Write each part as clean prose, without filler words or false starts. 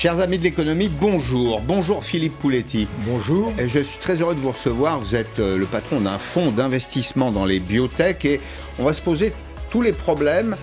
Chers amis de l'économie, bonjour. Bonjour Philippe Pouletti. Bonjour. Je suis très heureux de vous recevoir. Vous êtes le patron d'un fonds d'investissement dans les biotech et on va se poser tous les problèmes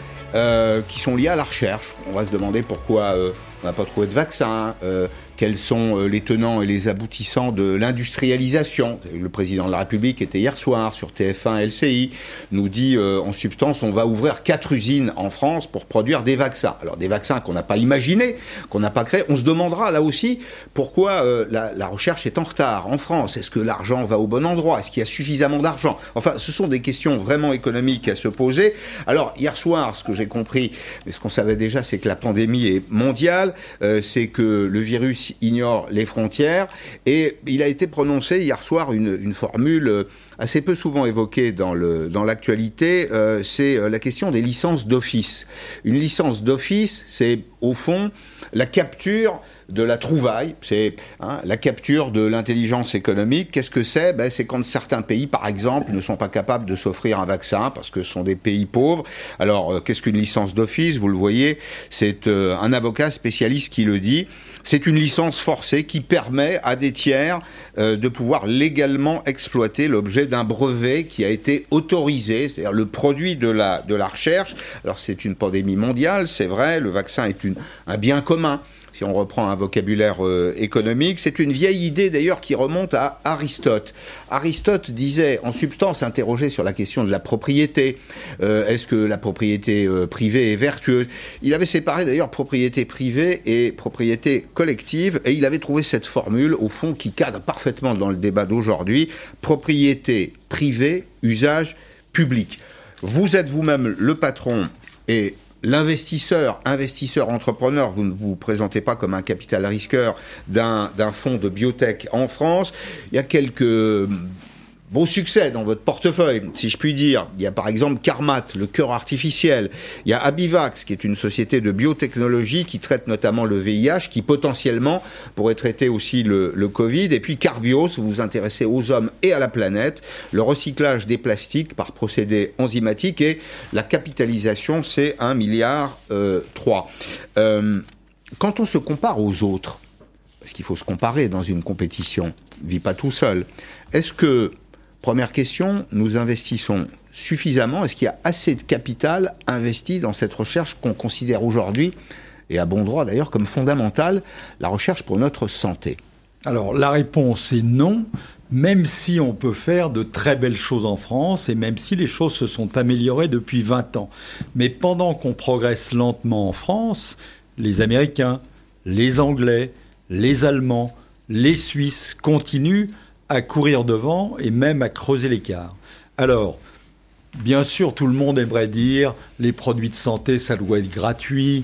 qui sont liés à la recherche. On va se demander pourquoi on n'a pas trouvé de vaccin, quels sont les tenants et les aboutissants de l'industrialisation. Le président de la République était hier soir sur TF1 LCI, nous dit en substance on va ouvrir 4 usines en France pour produire des vaccins. Alors des vaccins qu'on n'a pas imaginés, qu'on n'a pas créés. On se demandera là aussi pourquoi la recherche est en retard en France. Est-ce que l'argent va au bon endroit? Est-ce qu'il y a suffisamment d'argent? Enfin, ce sont des questions vraiment économiques à se poser. Alors hier soir, ce que j'ai compris, mais ce qu'on savait déjà, c'est que la pandémie est mondiale, c'est que le virus ignore les frontières, et il a été prononcé hier soir une formule assez peu souvent évoquée dans l'actualité, c'est la question des licences d'office. Une licence d'office, c'est au fond la capture de la trouvaille, c'est la capture de l'intelligence économique. Qu'est-ce que c'est? C'est quand certains pays, par exemple, ne sont pas capables de s'offrir un vaccin parce que ce sont des pays pauvres. Alors, qu'est-ce qu'une licence d'office? Vous le voyez, c'est un avocat spécialiste qui le dit. C'est une licence forcée qui permet à des tiers de pouvoir légalement exploiter l'objet d'un brevet qui a été autorisé, c'est-à-dire le produit de la recherche. Alors, c'est une pandémie mondiale, c'est vrai, le vaccin est un bien commun. Si on reprend un vocabulaire économique, c'est une vieille idée d'ailleurs qui remonte à Aristote. Aristote disait, en substance, interrogé sur la question de la propriété. Est-ce que la propriété privée est vertueuse? Il avait séparé d'ailleurs propriété privée et propriété collective, et il avait trouvé cette formule, au fond, qui cadre parfaitement dans le débat d'aujourd'hui. Propriété privée, usage public. Vous êtes vous-même le patron et investisseur, entrepreneur, vous ne vous présentez pas comme un capital risqueur d'un fonds de biotech en France. Il y a quelques beaux succès dans votre portefeuille, si je puis dire. Il y a par exemple Carmat, le cœur artificiel. Il y a Abivax, qui est une société de biotechnologie qui traite notamment le VIH, qui potentiellement pourrait traiter aussi le Covid. Et puis Carbios, vous vous intéressez aux hommes et à la planète, le recyclage des plastiques par procédé enzymatique, et la capitalisation, c'est 1,3 milliard. Quand on se compare aux autres, parce qu'il faut se comparer dans une compétition, on ne vit pas tout seul, est-ce que, première question, nous investissons suffisamment? Est-ce qu'il y a assez de capital investi dans cette recherche qu'on considère aujourd'hui, et à bon droit d'ailleurs, comme fondamentale, la recherche pour notre santé? Alors, la réponse est non, même si on peut faire de très belles choses en France, et même si les choses se sont améliorées depuis 20 ans. Mais pendant qu'on progresse lentement en France, les Américains, les Anglais, les Allemands, les Suisses continuent à courir devant et même à creuser l'écart. Alors, bien sûr, tout le monde aimerait dire les produits de santé, ça doit être gratuit,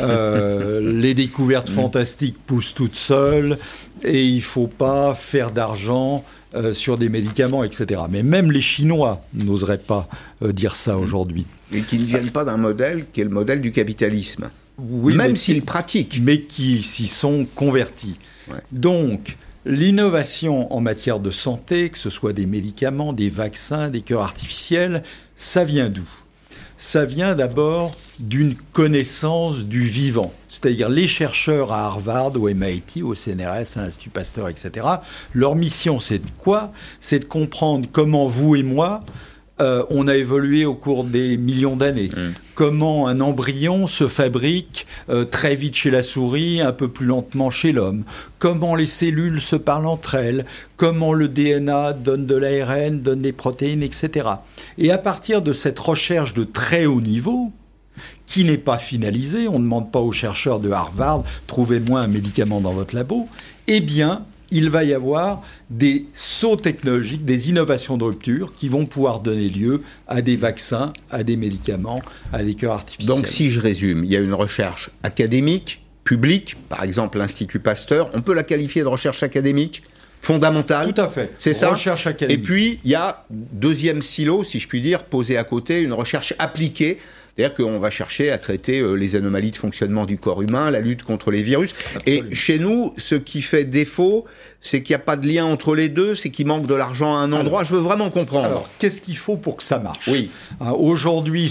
les découvertes fantastiques poussent toutes seules, et il ne faut pas faire d'argent sur des médicaments, etc. Mais même les Chinois n'oseraient pas dire ça aujourd'hui. Et qui ne viennent pas d'un modèle qui est le modèle du capitalisme. Oui, même s'ils pratiquent. Mais qui s'y sont convertis. Ouais. Donc, l'innovation en matière de santé, que ce soit des médicaments, des vaccins, des cœurs artificiels, ça vient d'où? Ça vient d'abord d'une connaissance du vivant. C'est-à-dire les chercheurs à Harvard, au MIT, au CNRS, à l'Institut Pasteur, etc., leur mission, c'est de quoi? C'est de comprendre comment vous et moi, on a évolué au cours des millions d'années. Comment un embryon se fabrique très vite chez la souris, un peu plus lentement chez l'homme. Comment les cellules se parlent entre elles. Comment le DNA donne de l'ARN, donne des protéines, etc. Et à partir de cette recherche de très haut niveau, qui n'est pas finalisée, on ne demande pas aux chercheurs de Harvard « trouvez-moi un médicament dans votre labo », eh bien, il va y avoir des sauts technologiques, des innovations de rupture qui vont pouvoir donner lieu à des vaccins, à des médicaments, à des cœurs artificiels. Donc, si je résume, il y a une recherche académique, publique, par exemple l'Institut Pasteur, on peut la qualifier de recherche académique fondamentale. Tout à fait. C'est ça. Recherche académique. Et puis, il y a deuxième silo, si je puis dire, posé à côté, une recherche appliquée. C'est-à-dire qu'on va chercher à traiter les anomalies de fonctionnement du corps humain, la lutte contre les virus. Absolument. Et chez nous, ce qui fait défaut, c'est qu'il n'y a pas de lien entre les deux, c'est qu'il manque de l'argent à un endroit. Je veux vraiment comprendre. Alors, qu'est-ce qu'il faut pour que ça marche ? Oui. Aujourd'hui,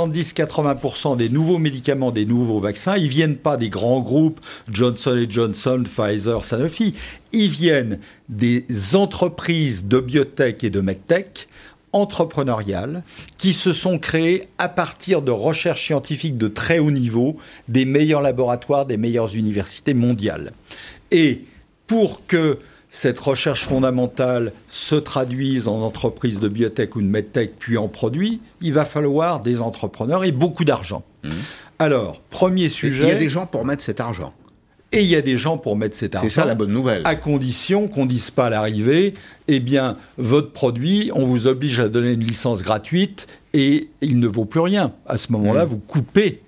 70-80% des nouveaux médicaments, des nouveaux vaccins, ils viennent pas des grands groupes Johnson & Johnson, Pfizer, Sanofi. Ils viennent des entreprises de biotech et de medtech entrepreneuriales qui se sont créées à partir de recherches scientifiques de très haut niveau, des meilleurs laboratoires, des meilleures universités mondiales. Et pour que cette recherche fondamentale se traduise en entreprise de biotech ou de medtech, puis en produit, il va falloir des entrepreneurs et beaucoup d'argent. Alors, premier sujet... Il y a des gens pour mettre cet argent. Et il y a des gens pour mettre cet argent. C'est ça la bonne nouvelle. À condition qu'on ne dise pas à l'arrivée, eh bien, votre produit, on vous oblige à donner une licence gratuite et il ne vaut plus rien. À ce moment-là, vous coupez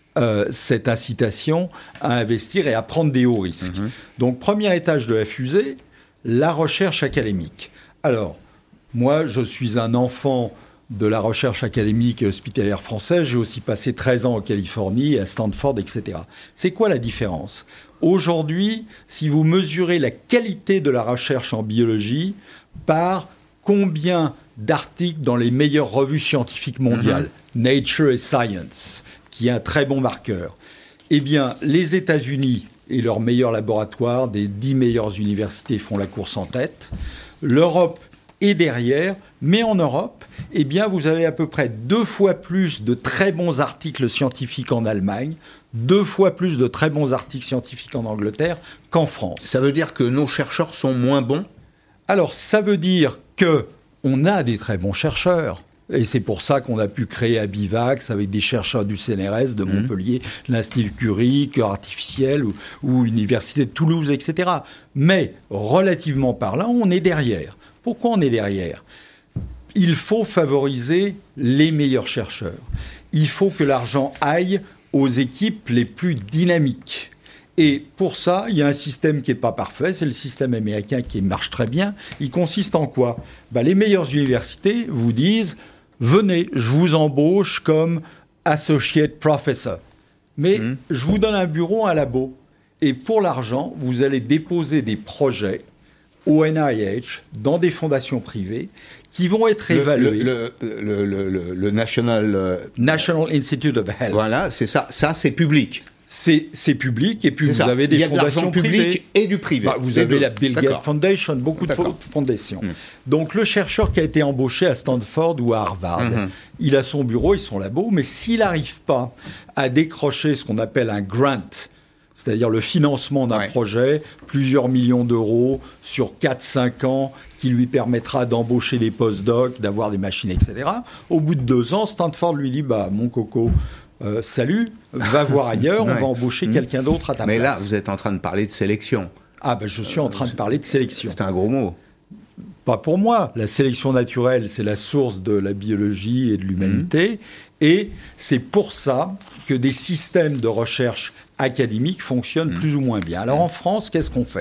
cette incitation à investir et à prendre des hauts risques. Donc, premier étage de la fusée, la recherche académique. Alors, moi, je suis un enfant de la recherche académique et hospitalière française. J'ai aussi passé 13 ans en Californie, à Stanford, etc. C'est quoi la différence ? Aujourd'hui, si vous mesurez la qualité de la recherche en biologie par combien d'articles dans les meilleures revues scientifiques mondiales, Nature et Science, qui est un très bon marqueur, eh bien, les États-Unis et leurs meilleurs laboratoires, des 10 meilleures universités, font la course en tête. L'Europe est derrière, mais en Europe, eh bien, vous avez à peu près 2 fois plus de très bons articles scientifiques en Allemagne, 2 fois plus de très bons articles scientifiques en Angleterre qu'en France. Ça veut dire que nos chercheurs sont moins bons ? Alors, ça veut dire qu'on a des très bons chercheurs. Et c'est pour ça qu'on a pu créer Abivax avec des chercheurs du CNRS, de Montpellier, l'Institut Curie, Cœur Artificiel ou Université de Toulouse, etc. Mais, relativement parlant, on est derrière. Pourquoi on est derrière ? Il faut favoriser les meilleurs chercheurs. Il faut que l'argent aille aux équipes les plus dynamiques. Et pour ça, il y a un système qui n'est pas parfait, c'est le système américain qui marche très bien. Il consiste en quoi ? Les meilleures universités vous disent « Venez, je vous embauche comme associate professor. Mais je vous donne un bureau, un labo. Et pour l'argent, vous allez déposer des projets au NIH, dans des fondations privées, qui vont être évalués. Le National Institute of Health. Voilà, c'est ça. Ça, c'est public. C'est public, et puis vous avez des fondations privées. Il y a de l'argent public et du privé. Vous avez la Bill Gates Foundation, beaucoup de fondations. Donc le chercheur qui a été embauché à Stanford ou à Harvard, il a son bureau et son labo, mais s'il n'arrive pas à décrocher ce qu'on appelle un grant, c'est-à-dire le financement d'un projet, plusieurs millions d'euros sur 4-5 ans, qui lui permettra d'embaucher des post-docs, d'avoir des machines, etc. Au bout de 2 ans, Stanford lui dit « mon coco, salut, va voir ailleurs, on va embaucher quelqu'un d'autre à ta place. » Mais là, vous êtes en train de parler de sélection. Je suis en train de parler de sélection. C'est un gros mot. Pas pour moi. La sélection naturelle, c'est la source de la biologie et de l'humanité. Et c'est pour ça que des systèmes de recherche académique fonctionnent plus ou moins bien. Alors en France, qu'est-ce qu'on fait ?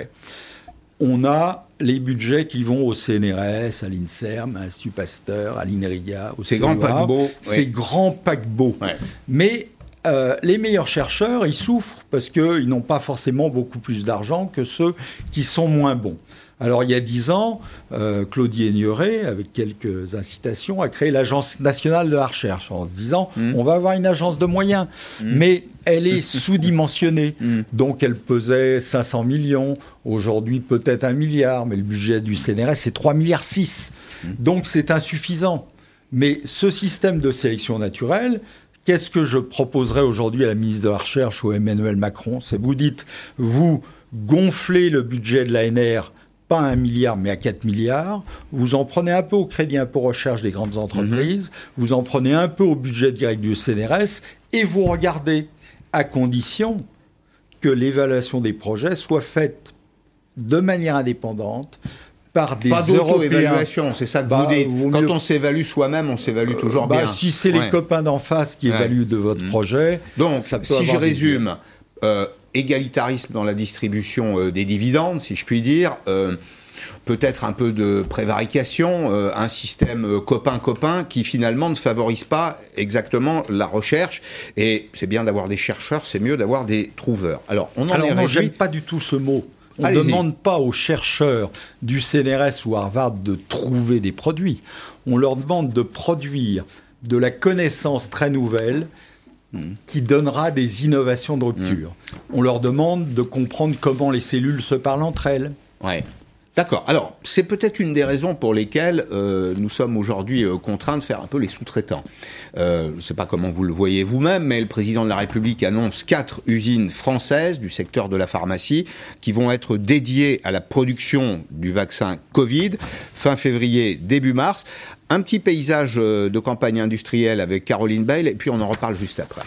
On a les budgets qui vont au CNRS, à l'INSERM, à l'Institut Pasteur, à l'INRIA, au CEA. Ces grands paquebots. Ces grands paquebots. Mais les meilleurs chercheurs, ils souffrent parce qu'ils n'ont pas forcément beaucoup plus d'argent que ceux qui sont moins bons. Alors, il y a 10 ans, Claudie Aigneret, avec quelques incitations, a créé l'Agence nationale de la recherche, en se disant on va avoir une agence de moyens, mais elle est sous-dimensionnée. Donc, elle pesait 500 millions, aujourd'hui peut-être 1 milliard, mais le budget du CNRS, c'est 3,6 milliards. Donc, c'est insuffisant. Mais ce système de sélection naturelle, qu'est-ce que je proposerais aujourd'hui à la ministre de la Recherche ou à Emmanuel Macron ? C'est vous dites, vous gonflez le budget de l'ANR, pas à 1 milliard, mais à 4 milliards. Vous en prenez un peu au crédit impôt recherche des grandes entreprises. Vous en prenez un peu au budget direct du CNRS. Et vous regardez, à condition que l'évaluation des projets soit faite de manière indépendante par des Européens. Pas d'auto-évaluation, c'est ça que vous dites. Quand on s'évalue soi-même, on s'évalue toujours bien. Si c'est les copains d'en face qui évaluent de votre projet... Donc, si je résume... égalitarisme dans la distribution des dividendes, si je puis dire, peut-être un peu de prévarication, un système copain-copain qui finalement ne favorise pas exactement la recherche. Et c'est bien d'avoir des chercheurs, c'est mieux d'avoir des trouveurs. Alors, non, j'aime pas du tout ce mot. On ne demande pas aux chercheurs du CNRS ou Harvard de trouver des produits. On leur demande de produire de la connaissance très nouvelle qui donnera des innovations de rupture. On leur demande de comprendre comment les cellules se parlent entre elles. Ouais. D'accord. Alors, c'est peut-être une des raisons pour lesquelles nous sommes aujourd'hui contraints de faire un peu les sous-traitants. Je ne sais pas comment vous le voyez vous-même, mais le président de la République annonce 4 usines françaises du secteur de la pharmacie qui vont être dédiées à la production du vaccin Covid, fin février, début mars. Un petit paysage de campagne industrielle avec Caroline Bale, et puis on en reparle juste après.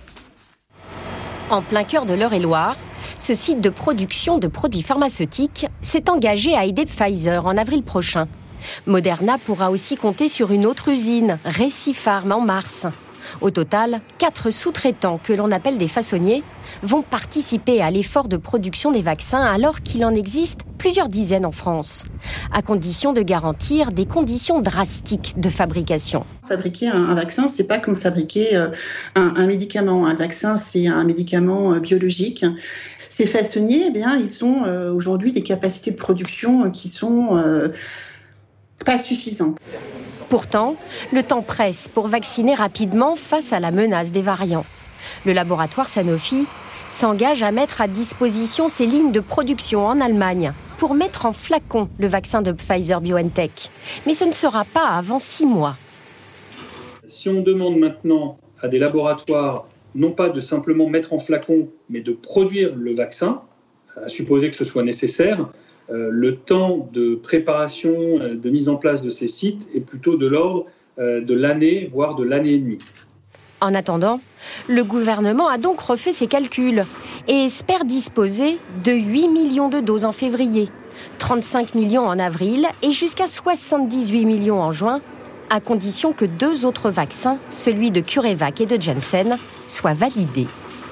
En plein cœur de l'Eure-et-Loire, ce site de production de produits pharmaceutiques s'est engagé à aider Pfizer en avril prochain. Moderna pourra aussi compter sur une autre usine, Recipharm, en mars. Au total, 4 sous-traitants, que l'on appelle des façonniers, vont participer à l'effort de production des vaccins alors qu'il en existe plusieurs dizaines en France, à condition de garantir des conditions drastiques de fabrication. Fabriquer un vaccin, c'est pas comme fabriquer un médicament. Un vaccin, c'est un médicament biologique. Ces façonniers, eh bien, ils ont aujourd'hui des capacités de production qui sont pas suffisantes. Pourtant, le temps presse pour vacciner rapidement face à la menace des variants. Le laboratoire Sanofi s'engage à mettre à disposition ses lignes de production en Allemagne pour mettre en flacon le vaccin de Pfizer-BioNTech. Mais ce ne sera pas avant 6 mois. Si on demande maintenant à des laboratoires, non pas de simplement mettre en flacon, mais de produire le vaccin, à supposer que ce soit nécessaire, le temps de préparation, de mise en place de ces sites est plutôt de l'ordre de l'année, voire de l'année et demie. En attendant, le gouvernement a donc refait ses calculs et espère disposer de 8 millions de doses en février, 35 millions en avril et jusqu'à 78 millions en juin, à condition que 2 autres vaccins, celui de CureVac et de Janssen, soient validés.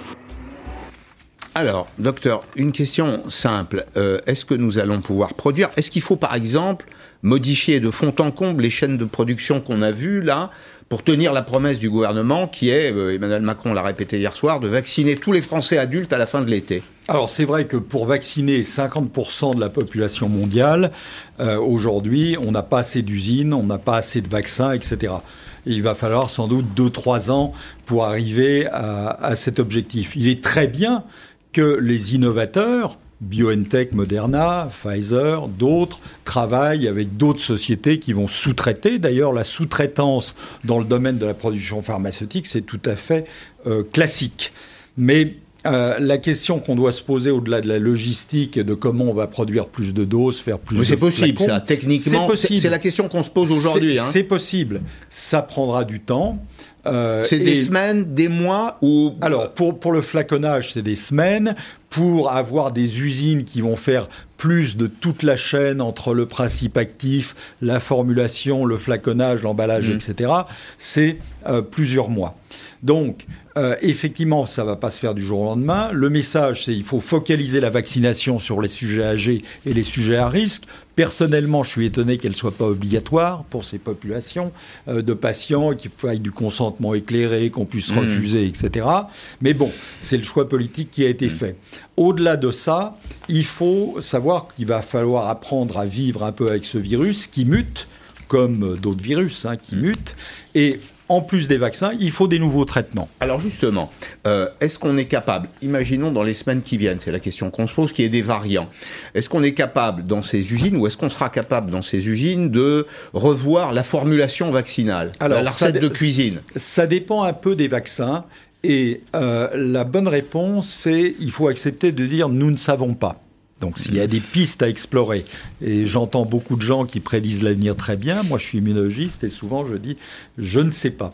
Alors, docteur, une question simple. Est-ce que nous allons pouvoir produire ? Est-ce qu'il faut, par exemple, modifier de fond en comble les chaînes de production qu'on a vues, là, pour tenir la promesse du gouvernement, qui est, Emmanuel Macron l'a répété hier soir, de vacciner tous les Français adultes à la fin de l'été ? Alors, c'est vrai que pour vacciner 50% de la population mondiale, aujourd'hui, on n'a pas assez d'usines, on n'a pas assez de vaccins, etc. Et il va falloir sans doute 2-3 ans pour arriver à cet objectif. Il est très bien que les innovateurs, BioNTech, Moderna, Pfizer, d'autres, travaillent avec d'autres sociétés qui vont sous-traiter. D'ailleurs, la sous-traitance dans le domaine de la production pharmaceutique, c'est tout à fait classique. Mais la question qu'on doit se poser au-delà de la logistique et de comment on va produire plus de doses, faire plus de flacons... Mais c'est possible, ça, techniquement. C'est la question qu'on se pose aujourd'hui. C'est possible. Ça prendra du temps. C'est des semaines, des mois ou... Alors, pour le flaconnage, c'est des semaines. Pour avoir des usines qui vont faire plus de toute la chaîne entre le principe actif, la formulation, le flaconnage, l'emballage, etc., c'est plusieurs mois. Donc, effectivement, ça ne va pas se faire du jour au lendemain. Le message, c'est qu'il faut focaliser la vaccination sur les sujets âgés et les sujets à risque. Personnellement, je suis étonné qu'elle ne soit pas obligatoire pour ces populations de patients, qu'il faille du consentement éclairé, qu'on puisse refuser, etc. Mais bon, c'est le choix politique qui a été fait. Au-delà de ça, il faut savoir qu'il va falloir apprendre à vivre un peu avec ce virus qui mute, comme d'autres virus qui mutent. Et en plus des vaccins, il faut des nouveaux traitements. Alors justement, est-ce qu'on est capable, imaginons dans les semaines qui viennent, c'est la question qu'on se pose, qu'il y ait des variants. Est-ce qu'on est capable dans ces usines, ou est-ce qu'on sera capable dans ces usines de revoir la formulation vaccinale, la recette de cuisine ? Ça dépend un peu des vaccins. Et la bonne réponse, c'est il faut accepter de dire « nous ne savons pas ». Donc, s'il y a des pistes à explorer, et j'entends beaucoup de gens qui prédisent l'avenir très bien, moi je suis immunologiste et souvent je dis « je ne sais pas ».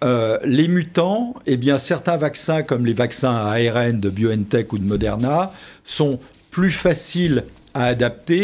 Les mutants, eh bien certains vaccins comme les vaccins à ARN de BioNTech ou de Moderna sont plus faciles à adapter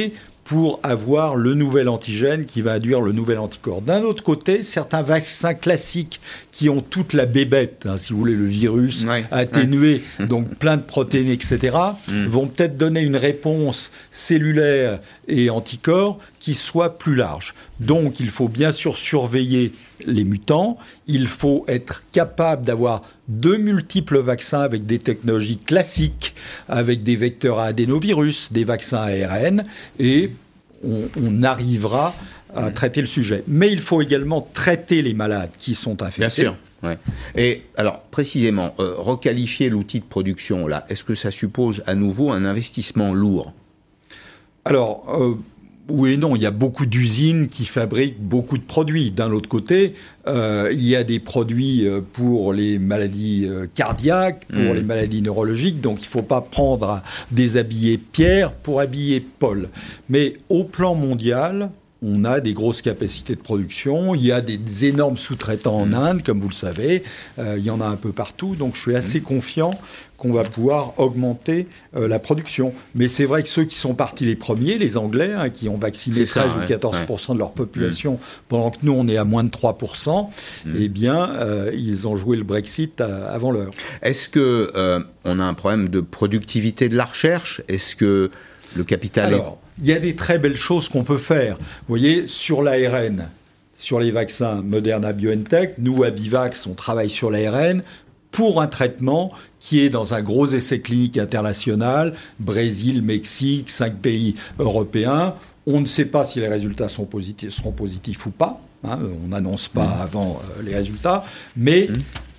pour avoir le nouvel antigène qui va induire le nouvel anticorps. D'un autre côté, certains vaccins classiques qui ont toute la bébête, si vous voulez, le virus atténué, donc plein de protéines, etc., vont peut-être donner une réponse cellulaire et anticorps qui soit plus large. Donc, il faut bien sûr surveiller les mutants. Il faut être capable d'avoir de multiples vaccins avec des technologies classiques, avec des vecteurs à adénovirus, des vaccins à ARN, et on arrivera à traiter le sujet. Mais il faut également traiter les malades qui sont infectés. Bien sûr. Ouais. Et alors, précisément, requalifier l'outil de production, là, est-ce que ça suppose à nouveau un investissement lourd ? Alors, oui et non, il y a beaucoup d'usines qui fabriquent beaucoup de produits. D'un autre côté, il y a des produits pour les maladies cardiaques, pour les maladies neurologiques, donc il ne faut pas prendre déshabiller Pierre pour habiller Paul. Mais au plan mondial, on a des grosses capacités de production, il y a des énormes sous-traitants en Inde, comme vous le savez, il y en a un peu partout, donc je suis assez confiant qu'on va pouvoir augmenter la production. Mais c'est vrai que ceux qui sont partis les premiers, les Anglais, qui ont vacciné 13 ou 14% de leur population, pendant que nous, on est à moins de 3%, eh bien, ils ont joué le Brexit avant l'heure. Est-ce qu'on a un problème de productivité de la recherche ? Est-ce que le capital il y a des très belles choses qu'on peut faire. Vous voyez, sur l'ARN, sur les vaccins Moderna, BioNTech, nous, à Bivax, on travaille sur l'ARN pour un traitement qui est dans un gros essai clinique international, Brésil, Mexique, 5 pays européens. On ne sait pas si les résultats seront positifs ou pas. On n'annonce pas avant les résultats. Mais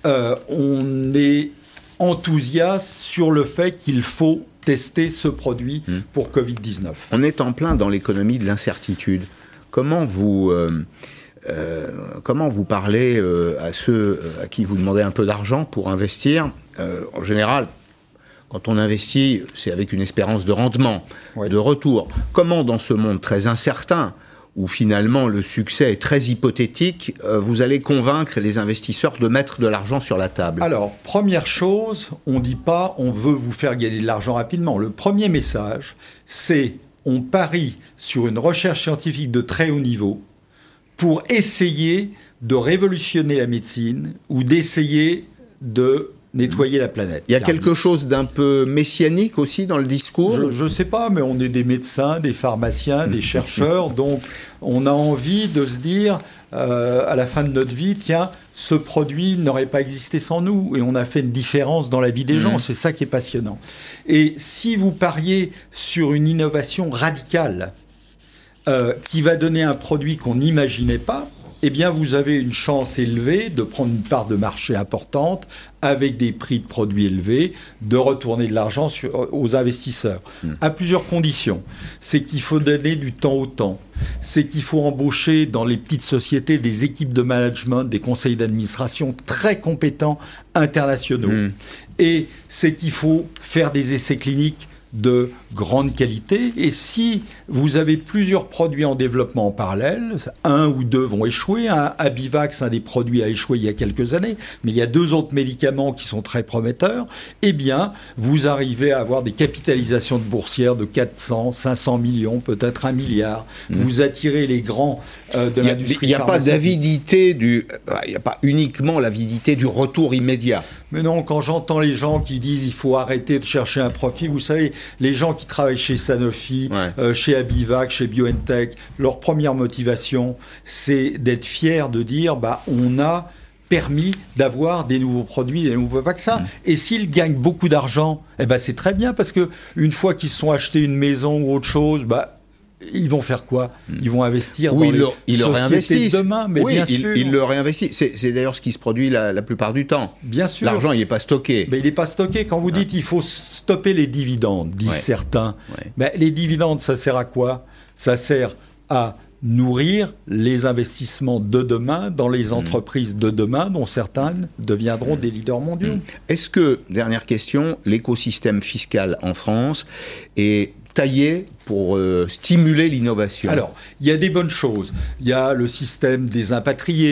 on est enthousiaste sur le fait qu'il faut tester ce produit pour Covid-19. On est en plein dans l'économie de l'incertitude. Comment vous parlez à ceux à qui vous demandez un peu d'argent pour investir ? En général, quand on investit, c'est avec une espérance de rendement, de retour. Comment, dans ce monde très incertain, où finalement le succès est très hypothétique, vous allez convaincre les investisseurs de mettre de l'argent sur la table ? Alors, première chose, on ne dit pas on veut vous faire gagner de l'argent rapidement. Le premier message, c'est on parie sur une recherche scientifique de très haut niveau pour essayer de révolutionner la médecine ou d'essayer de nettoyer la planète. Il y a quelque chose d'un peu messianique aussi dans le discours ? Je ne sais pas, mais on est des médecins, des pharmaciens, des chercheurs, donc on a envie de se dire, à la fin de notre vie, tiens, ce produit n'aurait pas existé sans nous, et on a fait une différence dans la vie des gens, c'est ça qui est passionnant. Et si vous pariez sur une innovation radicale, qui va donner un produit qu'on n'imaginait pas, eh bien, vous avez une chance élevée de prendre une part de marché importante avec des prix de produits élevés, de retourner de l'argent aux investisseurs. À plusieurs conditions. C'est qu'il faut donner du temps au temps. C'est qu'il faut embaucher dans les petites sociétés des équipes de management, des conseils d'administration très compétents, internationaux. Et c'est qu'il faut faire des essais cliniques de grande qualité, et si vous avez plusieurs produits en développement en parallèle, un ou deux vont échouer. Abivax, un des produits a échoué il y a quelques années, mais il y a 2 autres médicaments qui sont très prometteurs, eh bien, vous arrivez à avoir des capitalisations de boursières de 400, 500 millions, peut-être 1 milliard. Vous attirez les grands de l'industrie pharmaceutique. Il n'y a pas uniquement l'avidité du retour immédiat. Mais non, quand j'entends les gens qui disent il faut arrêter de chercher un profit, vous savez, les gens qui travaillent chez Sanofi, chez Abivax, chez BioNTech, leur première motivation, c'est d'être fiers de dire on a permis d'avoir des nouveaux produits, des nouveaux vaccins. Et s'ils gagnent beaucoup d'argent, c'est très bien, parce que une fois qu'ils se sont achetés une maison ou autre chose, ils vont faire quoi ? Ils vont investir dans les sociétés de demain, mais bien sûr. Ils le réinvestissent. C'est d'ailleurs ce qui se produit la plupart du temps. Bien sûr. L'argent, il n'est pas stocké. Mais il n'est pas stocké. Quand vous dites qu'il faut stopper les dividendes, disent certains, les dividendes, ça sert à quoi ? Ça sert à nourrir les investissements de demain dans les entreprises de demain, dont certaines deviendront des leaders mondiaux. Est-ce que, dernière question, l'écosystème fiscal en France est taillé pour stimuler l'innovation ? Alors, il y a des bonnes choses. Il y a le système des impatriés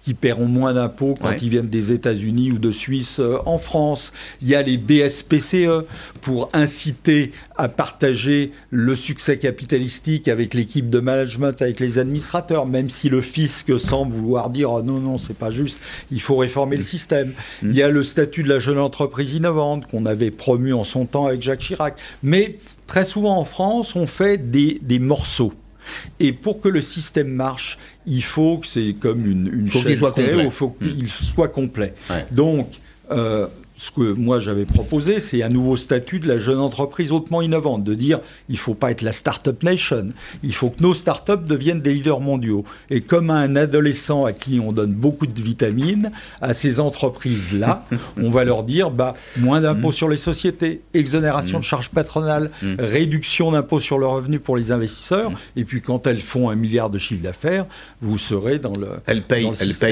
qui paieront moins d'impôts quand ils viennent des États-Unis ou de Suisse en France. Il y a les BSPCE pour inciter à partager le succès capitalistique avec l'équipe de management, avec les administrateurs, même si le fisc semble vouloir dire oh non, c'est pas juste, il faut réformer le système. Il y a le statut de la jeune entreprise innovante qu'on avait promu en son temps avec Jacques Chirac. Mais très souvent en France, on fait des morceaux. Et pour que le système marche, il faut que c'est comme une chaîne stéréo, il faut qu'il soit complet. Ouais. Donc, ce que moi j'avais proposé, c'est un nouveau statut de la jeune entreprise hautement innovante, de dire il ne faut pas être la start-up nation, il faut que nos start-up deviennent des leaders mondiaux. Et comme un adolescent à qui on donne beaucoup de vitamines, à ces entreprises-là, on va leur dire moins d'impôts sur les sociétés, exonération de charges patronales, réduction d'impôts sur le revenu pour les investisseurs, et puis quand elles font 1 milliard de chiffre d'affaires, vous serez dans le Elle paye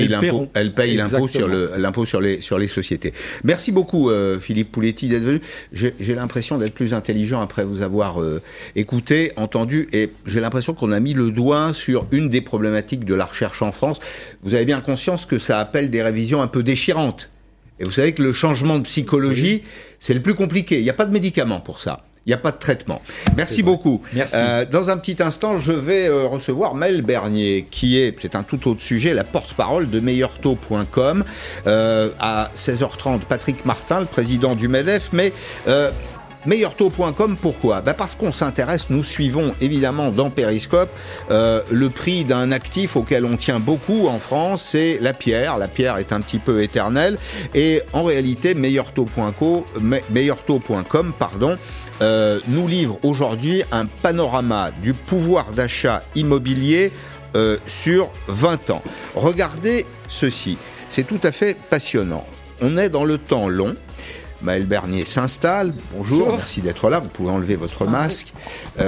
l'impôt sur les sociétés. Merci beaucoup Philippe Pouletti d'être venu. J'ai l'impression d'être plus intelligent après vous avoir écouté, entendu, et j'ai l'impression qu'on a mis le doigt sur une des problématiques de la recherche en France. Vous avez bien conscience que ça appelle des révisions un peu déchirantes. Et vous savez que le changement de psychologie, c'est le plus compliqué. Il n'y a pas de médicament pour ça. Il n'y a pas de traitement. Merci beaucoup. Merci. Dans un petit instant, je vais recevoir Maëlle Bernier, c'est un tout autre sujet, la porte-parole de meilleurtaux.com. À 16h30, Patrick Martin, le président du MEDEF. Mais meilleurtaux.com, pourquoi ? Parce qu'on s'intéresse, nous suivons évidemment dans Périscope le prix d'un actif auquel on tient beaucoup en France, c'est la pierre. La pierre est un petit peu éternelle. Et en réalité, meilleurtaux.com, nous livre aujourd'hui un panorama du pouvoir d'achat immobilier sur 20 ans. Regardez ceci, c'est tout à fait passionnant. On est dans le temps long. Maëlle Bernier s'installe. Bonjour, merci d'être là. Vous pouvez enlever votre masque. Vous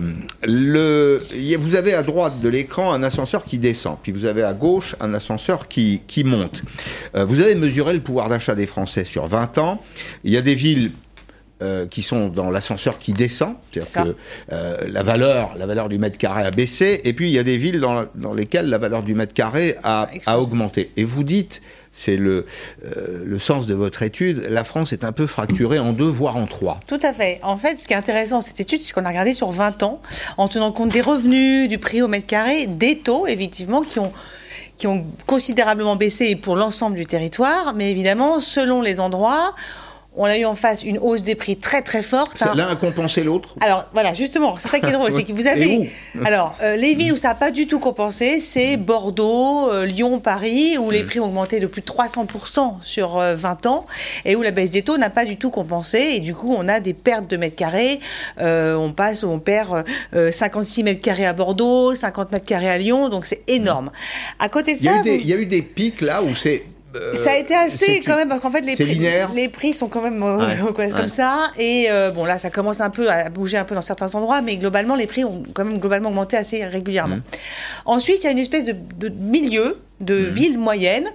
avez à droite de l'écran un ascenseur qui descend, puis vous avez à gauche un ascenseur qui monte. Vous avez mesuré le pouvoir d'achat des Français sur 20 ans. Il y a des villes qui sont dans l'ascenseur qui descend, c'est-à-dire que la valeur du mètre carré a baissé, et puis il y a des villes dans lesquelles la valeur du mètre carré a augmenté. Et vous dites, c'est le sens de votre étude, la France est un peu fracturée en 2, voire en 3. Tout à fait. En fait, ce qui est intéressant dans cette étude, c'est qu'on a regardé sur 20 ans, en tenant compte des revenus, du prix au mètre carré, des taux, effectivement, qui ont considérablement baissé pour l'ensemble du territoire, mais évidemment, selon les endroits, on a eu en face une hausse des prix très très forte. L'un a compensé l'autre. Alors voilà, justement, c'est ça qui est drôle, c'est que vous avez... Alors, les villes où ça n'a pas du tout compensé, c'est Bordeaux, Lyon, Paris, où les prix ont augmenté de plus de 300% sur 20 ans, et où la baisse des taux n'a pas du tout compensé, et du coup, on a des pertes de mètres carrés. On perd 56 mètres carrés à Bordeaux, 50 mètres carrés à Lyon, donc c'est énorme. À côté de ça... Il y a eu des pics là où c'est... ça a été assez quand même, parce qu'en fait les prix sont quand même comme ça, et bon là ça commence un peu à bouger un peu dans certains endroits, mais globalement les prix ont quand même globalement augmenté assez régulièrement. Ensuite il y a une espèce de milieu de villes moyennes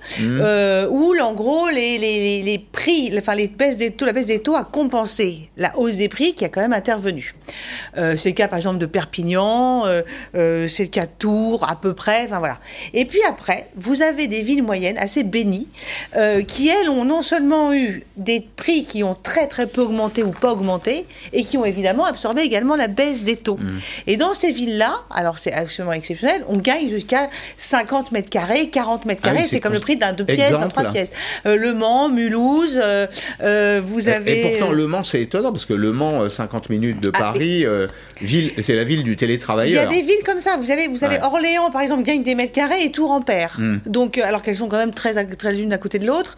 où en gros les prix, enfin la baisse des taux a compensé la hausse des prix qui a quand même intervenu. C'est le cas par exemple de Perpignan, c'est le cas de Tours à peu près, enfin voilà. Et puis après vous avez des villes moyennes assez bénies qui elles ont non seulement eu des prix qui ont très très peu augmenté ou pas augmenté, et qui ont évidemment absorbé également la baisse des taux. Et dans ces villes-là, alors c'est absolument exceptionnel, on gagne jusqu'à 50 mètres carrés, 40 mètres carrés, c'est comme le prix d'un 2 pièces, d'un 3 pièces. Le Mans, Mulhouse, vous avez... Et pourtant, Le Mans, c'est étonnant, parce que Le Mans, 50 minutes de Paris, c'est la ville du télétravailleur. Il y a des villes comme ça. Vous avez Orléans, par exemple, gagne des mètres carrés et Tours en perd. Donc, alors qu'elles sont quand même très l'une à côté de l'autre.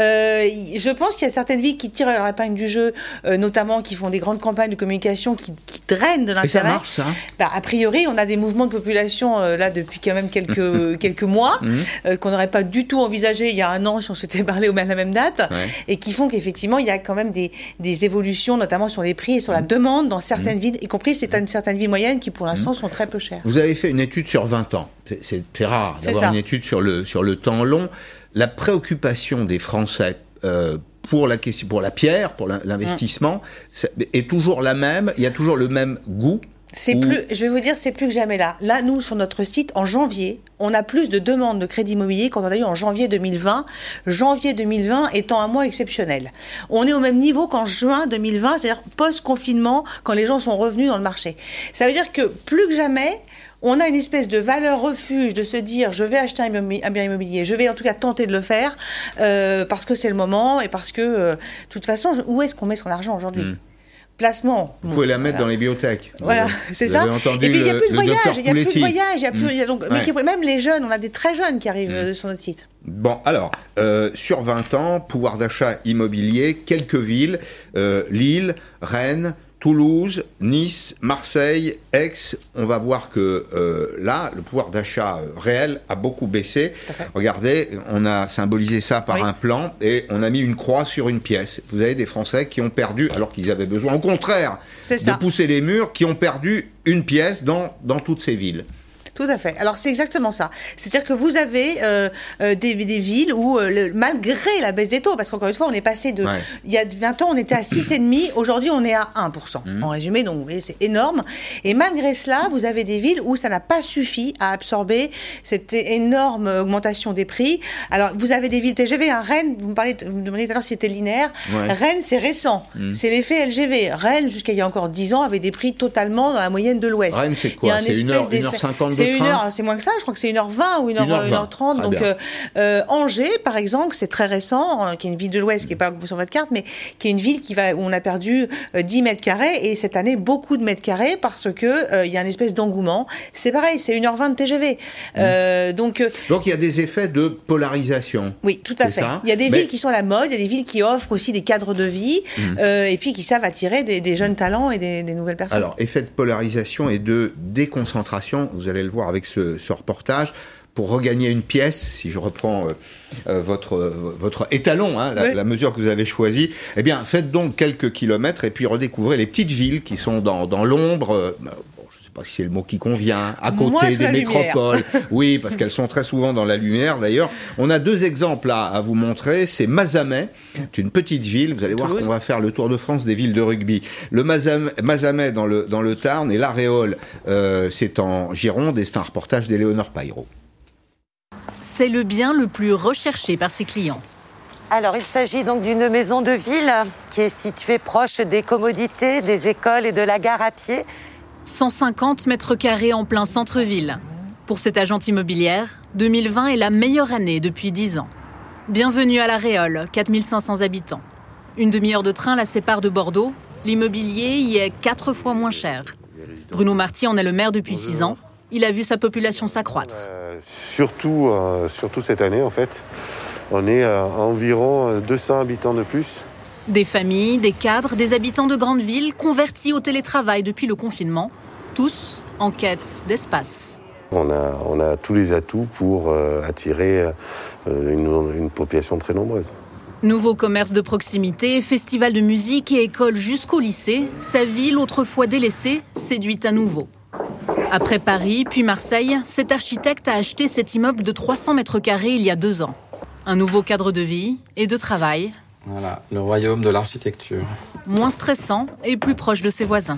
Je pense qu'il y a certaines villes qui tirent leur épingle du jeu, notamment qui font des grandes campagnes de communication qui drainent de l'intérêt. Et ça marche, ça A priori, on a des mouvements de population là depuis quand même quelques mois. Qu'on n'aurait pas du tout envisagé il y a un an si on s'était parlé à la même date, et qui font qu'effectivement il y a quand même des évolutions, notamment sur les prix et sur la demande dans certaines villes, y compris certaines villes moyennes qui pour l'instant sont très peu chères. Vous avez fait une étude sur 20 ans, c'est rare d'avoir une étude sur le temps long. La préoccupation des Français pour la pierre, pour l'investissement, est toujours la même, il y a toujours le même goût. Je vais vous dire, c'est plus que jamais là. Là, nous, sur notre site, en janvier, on a plus de demandes de crédit immobilier qu'on en a eu en janvier 2020. Janvier 2020 étant un mois exceptionnel. On est au même niveau qu'en juin 2020, c'est-à-dire post-confinement, quand les gens sont revenus dans le marché. Ça veut dire que plus que jamais, on a une espèce de valeur refuge de se dire je vais acheter un bien immobilier, je vais en tout cas tenter de le faire parce que c'est le moment et parce que de toute façon, où est-ce qu'on met son argent aujourd'hui ? Placement. Vous pouvez la mettre dans les biotech. Voilà, c'est ça. Et puis il n'y a plus de voyage, il n'y a plus de voyage, même les jeunes, on a des très jeunes qui arrivent sur notre site. Bon, alors, sur 20 ans, pouvoir d'achat immobilier, quelques villes, Lille, Rennes, Toulouse, Nice, Marseille, Aix, on va voir que là, le pouvoir d'achat réel a beaucoup baissé. Regardez, on a symbolisé ça par un plan et on a mis une croix sur une pièce. Vous avez des Français qui ont perdu, alors qu'ils avaient besoin, au contraire, de pousser les murs, qui ont perdu une pièce dans toutes ces villes. Tout à fait. Alors, c'est exactement ça. C'est-à-dire que vous avez des villes où, malgré la baisse des taux, parce qu'encore une fois, on est passé de... Il y a 20 ans, on était à 6,5%. Aujourd'hui, on est à 1%. En résumé, donc, vous voyez, c'est énorme. Et malgré cela, vous avez des villes où ça n'a pas suffi à absorber cette énorme augmentation des prix. Alors, vous avez des villes TGV. Rennes, vous me demandez tout à l'heure si c'était linéaire. Rennes, c'est récent. C'est l'effet LGV. Rennes, jusqu'à il y a encore 10 ans, avait des prix totalement dans la moyenne de l'Ouest. Rennes, c'est quoi ? C'est 1h50 de c'est 1 heure, c'est moins que ça, je crois que c'est 1h20 ou 1h30. Donc Angers, par exemple, c'est très récent, qui est une ville de l'Ouest qui n'est pas sur votre carte, mais qui est une ville où on a perdu 10 mètres carrés et cette année beaucoup de mètres carrés parce que il y a une espèce d'engouement. C'est pareil, c'est 1h20 de TGV. Donc il y a des effets de polarisation. Oui, tout à fait. Il y a des villes qui sont à la mode, il y a des villes qui offrent aussi des cadres de vie et puis qui savent attirer des jeunes talents et des nouvelles personnes. Alors, effet de polarisation et de déconcentration, vous allez le voir avec ce reportage, pour regagner une pièce, si je reprends votre étalon, la mesure que vous avez choisie, eh bien, faites donc quelques kilomètres et puis redécouvrez les petites villes qui sont dans l'ombre. Je ne sais pas si c'est le mot qui convient, à côté des métropoles. Oui, parce qu'elles sont très souvent dans la lumière, d'ailleurs. On a 2 exemples à vous montrer. C'est Mazamet, c'est une petite ville. Vous allez voir qu'on va faire le tour de France des villes de rugby. Le Mazamet dans le Tarn et l'Aréole, c'est en Gironde et c'est un reportage d'Éléonore Paillereau. C'est le bien le plus recherché par ses clients. Alors, il s'agit donc d'une maison de ville qui est située proche des commodités, des écoles et de la gare à pied. 150 mètres carrés en plein centre-ville. Pour cette agente immobilière, 2020 est la meilleure année depuis 10 ans. Bienvenue à l'Aréole, 4500 habitants. Une demi-heure de train la sépare de Bordeaux. L'immobilier y est 4 fois moins cher. Bruno Marty en est le maire depuis 6 ans. Il a vu sa population s'accroître. Surtout cette année, en fait. On est à environ 200 habitants de plus. Des familles, des cadres, des habitants de grandes villes convertis au télétravail depuis le confinement, tous en quête d'espace. On a tous les atouts pour attirer une population très nombreuse. Nouveau commerce de proximité, festival de musique et école jusqu'au lycée, sa ville autrefois délaissée séduit à nouveau. Après Paris, puis Marseille, cet architecte a acheté cet immeuble de 300 mètres carrés il y a 2 ans. Un nouveau cadre de vie et de travail. Voilà, le royaume de l'architecture. Moins stressant et plus proche de ses voisins.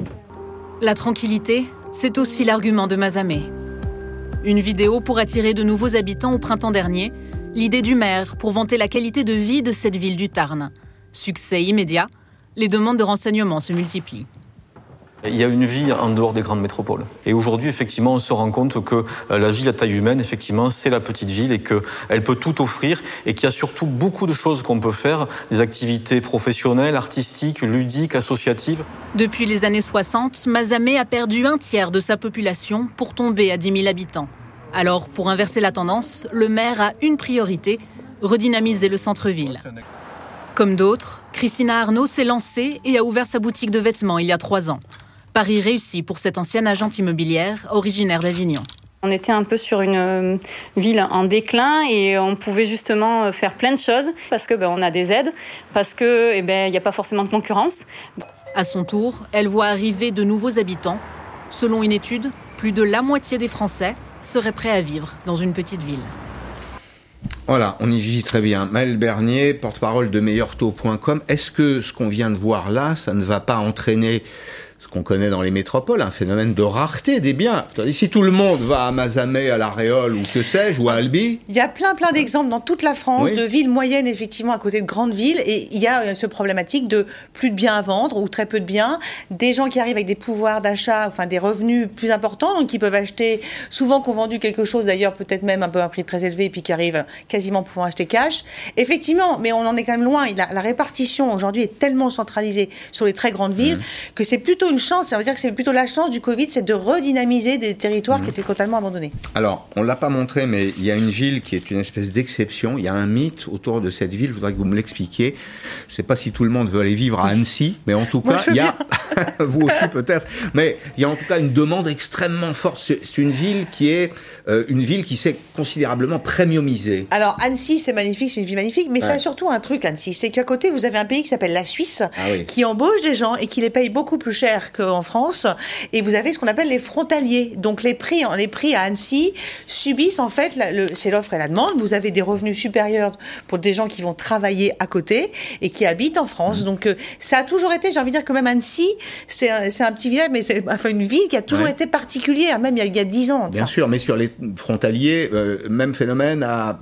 La tranquillité, c'est aussi l'argument de Mazamet. Une vidéo pour attirer de nouveaux habitants au printemps dernier. L'idée du maire pour vanter la qualité de vie de cette ville du Tarn. Succès immédiat, les demandes de renseignements se multiplient. Il y a une vie en dehors des grandes métropoles. Et aujourd'hui, effectivement, on se rend compte que la ville à taille humaine, effectivement, c'est la petite ville et qu'elle peut tout offrir et qu'il y a surtout beaucoup de choses qu'on peut faire, des activités professionnelles, artistiques, ludiques, associatives. Depuis les années 60, Mazamet a perdu 1/3 de sa population pour tomber à 10 000 habitants. Alors, pour inverser la tendance, le maire a une priorité, redynamiser le centre-ville. Comme d'autres, Christina Arnaud s'est lancée et a ouvert sa boutique de vêtements il y a 3 ans. Pari réussi pour cette ancienne agente immobilière originaire d'Avignon. On était un peu sur une ville en déclin et on pouvait justement faire plein de choses parce que on a des aides, parce que il n'y a pas forcément de concurrence. À son tour, elle voit arriver de nouveaux habitants. Selon une étude, plus de la moitié des Français seraient prêts à vivre dans une petite ville. Voilà, on y vit très bien. Maëlle Bernier, porte-parole de meilleurtaux.com. Est-ce que ce qu'on vient de voir là, ça ne va pas entraîner ce qu'on connaît dans les métropoles, un phénomène de rareté des biens. Si tout le monde va à Mazamet, à La Réole ou que sais-je, ou à Albi... Il y a plein d'exemples dans toute la France, de villes moyennes, effectivement, à côté de grandes villes, et il y a ce problématique de plus de biens à vendre, ou très peu de biens, des gens qui arrivent avec des pouvoirs d'achat, enfin des revenus plus importants, donc qui peuvent acheter, souvent qui ont vendu quelque chose, d'ailleurs peut-être même un peu à un prix très élevé, et puis qui arrivent quasiment pouvant acheter cash. Effectivement, mais on en est quand même loin. La répartition, aujourd'hui, est tellement centralisée sur les très grandes villes, que c'est plutôt une chance, ça veut dire que c'est plutôt la chance du Covid, c'est de redynamiser des territoires qui étaient totalement abandonnés. Alors, on ne l'a pas montré, mais il y a une ville qui est une espèce d'exception. Il y a un mythe autour de cette ville, je voudrais que vous me l'expliquiez. Je ne sais pas si tout le monde veut aller vivre à Annecy, mais en tout cas, il y a... vous aussi peut-être, mais il y a en tout cas une demande extrêmement forte. C'est une ville qui est une ville qui s'est considérablement premiumisée. Alors, Annecy, c'est magnifique, c'est une ville magnifique, mais ça a surtout un truc, Annecy, c'est qu'à côté, vous avez un pays qui s'appelle la Suisse, qui embauche des gens et qui les paye beaucoup plus cher qu'en France, et vous avez ce qu'on appelle les frontaliers. Donc les prix à Annecy subissent en fait, c'est l'offre et la demande. Vous avez des revenus supérieurs pour des gens qui vont travailler à côté et qui habitent en France. Donc ça a toujours été, j'ai envie de dire que même Annecy, c'est un petit village, mais c'est une ville qui a toujours été particulière, même il y a 10 ans. Bien sûr, mais sur les frontaliers, même phénomène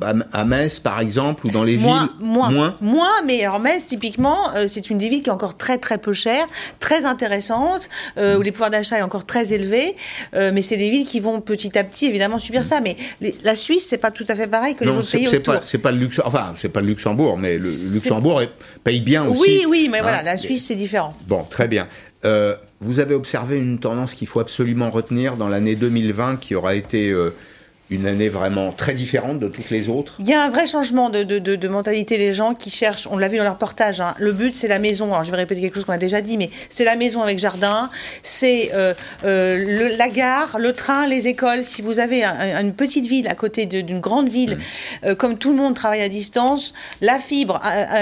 à Metz par exemple, ou dans les villes moins, mais alors Metz typiquement, c'est une des villes qui est encore très très peu chère, très intéressante, où les pouvoirs d'achat est encore très élevé, mais c'est des villes qui vont petit à petit évidemment subir ça. Mais la Suisse, c'est pas tout à fait pareil que les autres pays autour. C'est pas le Luxembourg, mais le Luxembourg paye bien aussi. Oui, mais voilà, la Suisse c'est différent. Bon, très bien. Vous avez observé une tendance qu'il faut absolument retenir dans l'année 2020, qui aura été une année vraiment très différente de toutes les autres. Il y a un vrai changement de mentalité. Les gens qui cherchent, on l'a vu dans leur reportage, le but c'est la maison. Alors je vais répéter quelque chose qu'on a déjà dit, mais c'est la maison avec jardin, c'est la gare, le train, les écoles. Si vous avez une petite ville à côté d'une grande ville, comme tout le monde travaille à distance, la fibre,